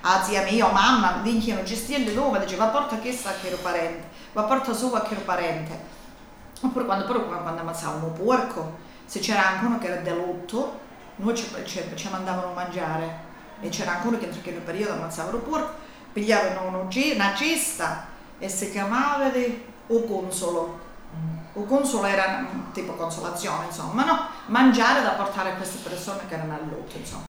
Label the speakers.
Speaker 1: a zia mia o mamma, vinchiano gestielle dove, diceva porta questa a che ero parente, va porta su a che ero parente. Oppure quando ammazzavano un porco, se c'era anche uno che era delutto, noi ci mandavano a mangiare, e c'era anche uno che in quel periodo ammazzavano il porco, pigliavano una cesta e si chiamava o consolo. O consolo era tipo consolazione, insomma, no? Mangiare da portare a queste persone che erano a lutto, insomma.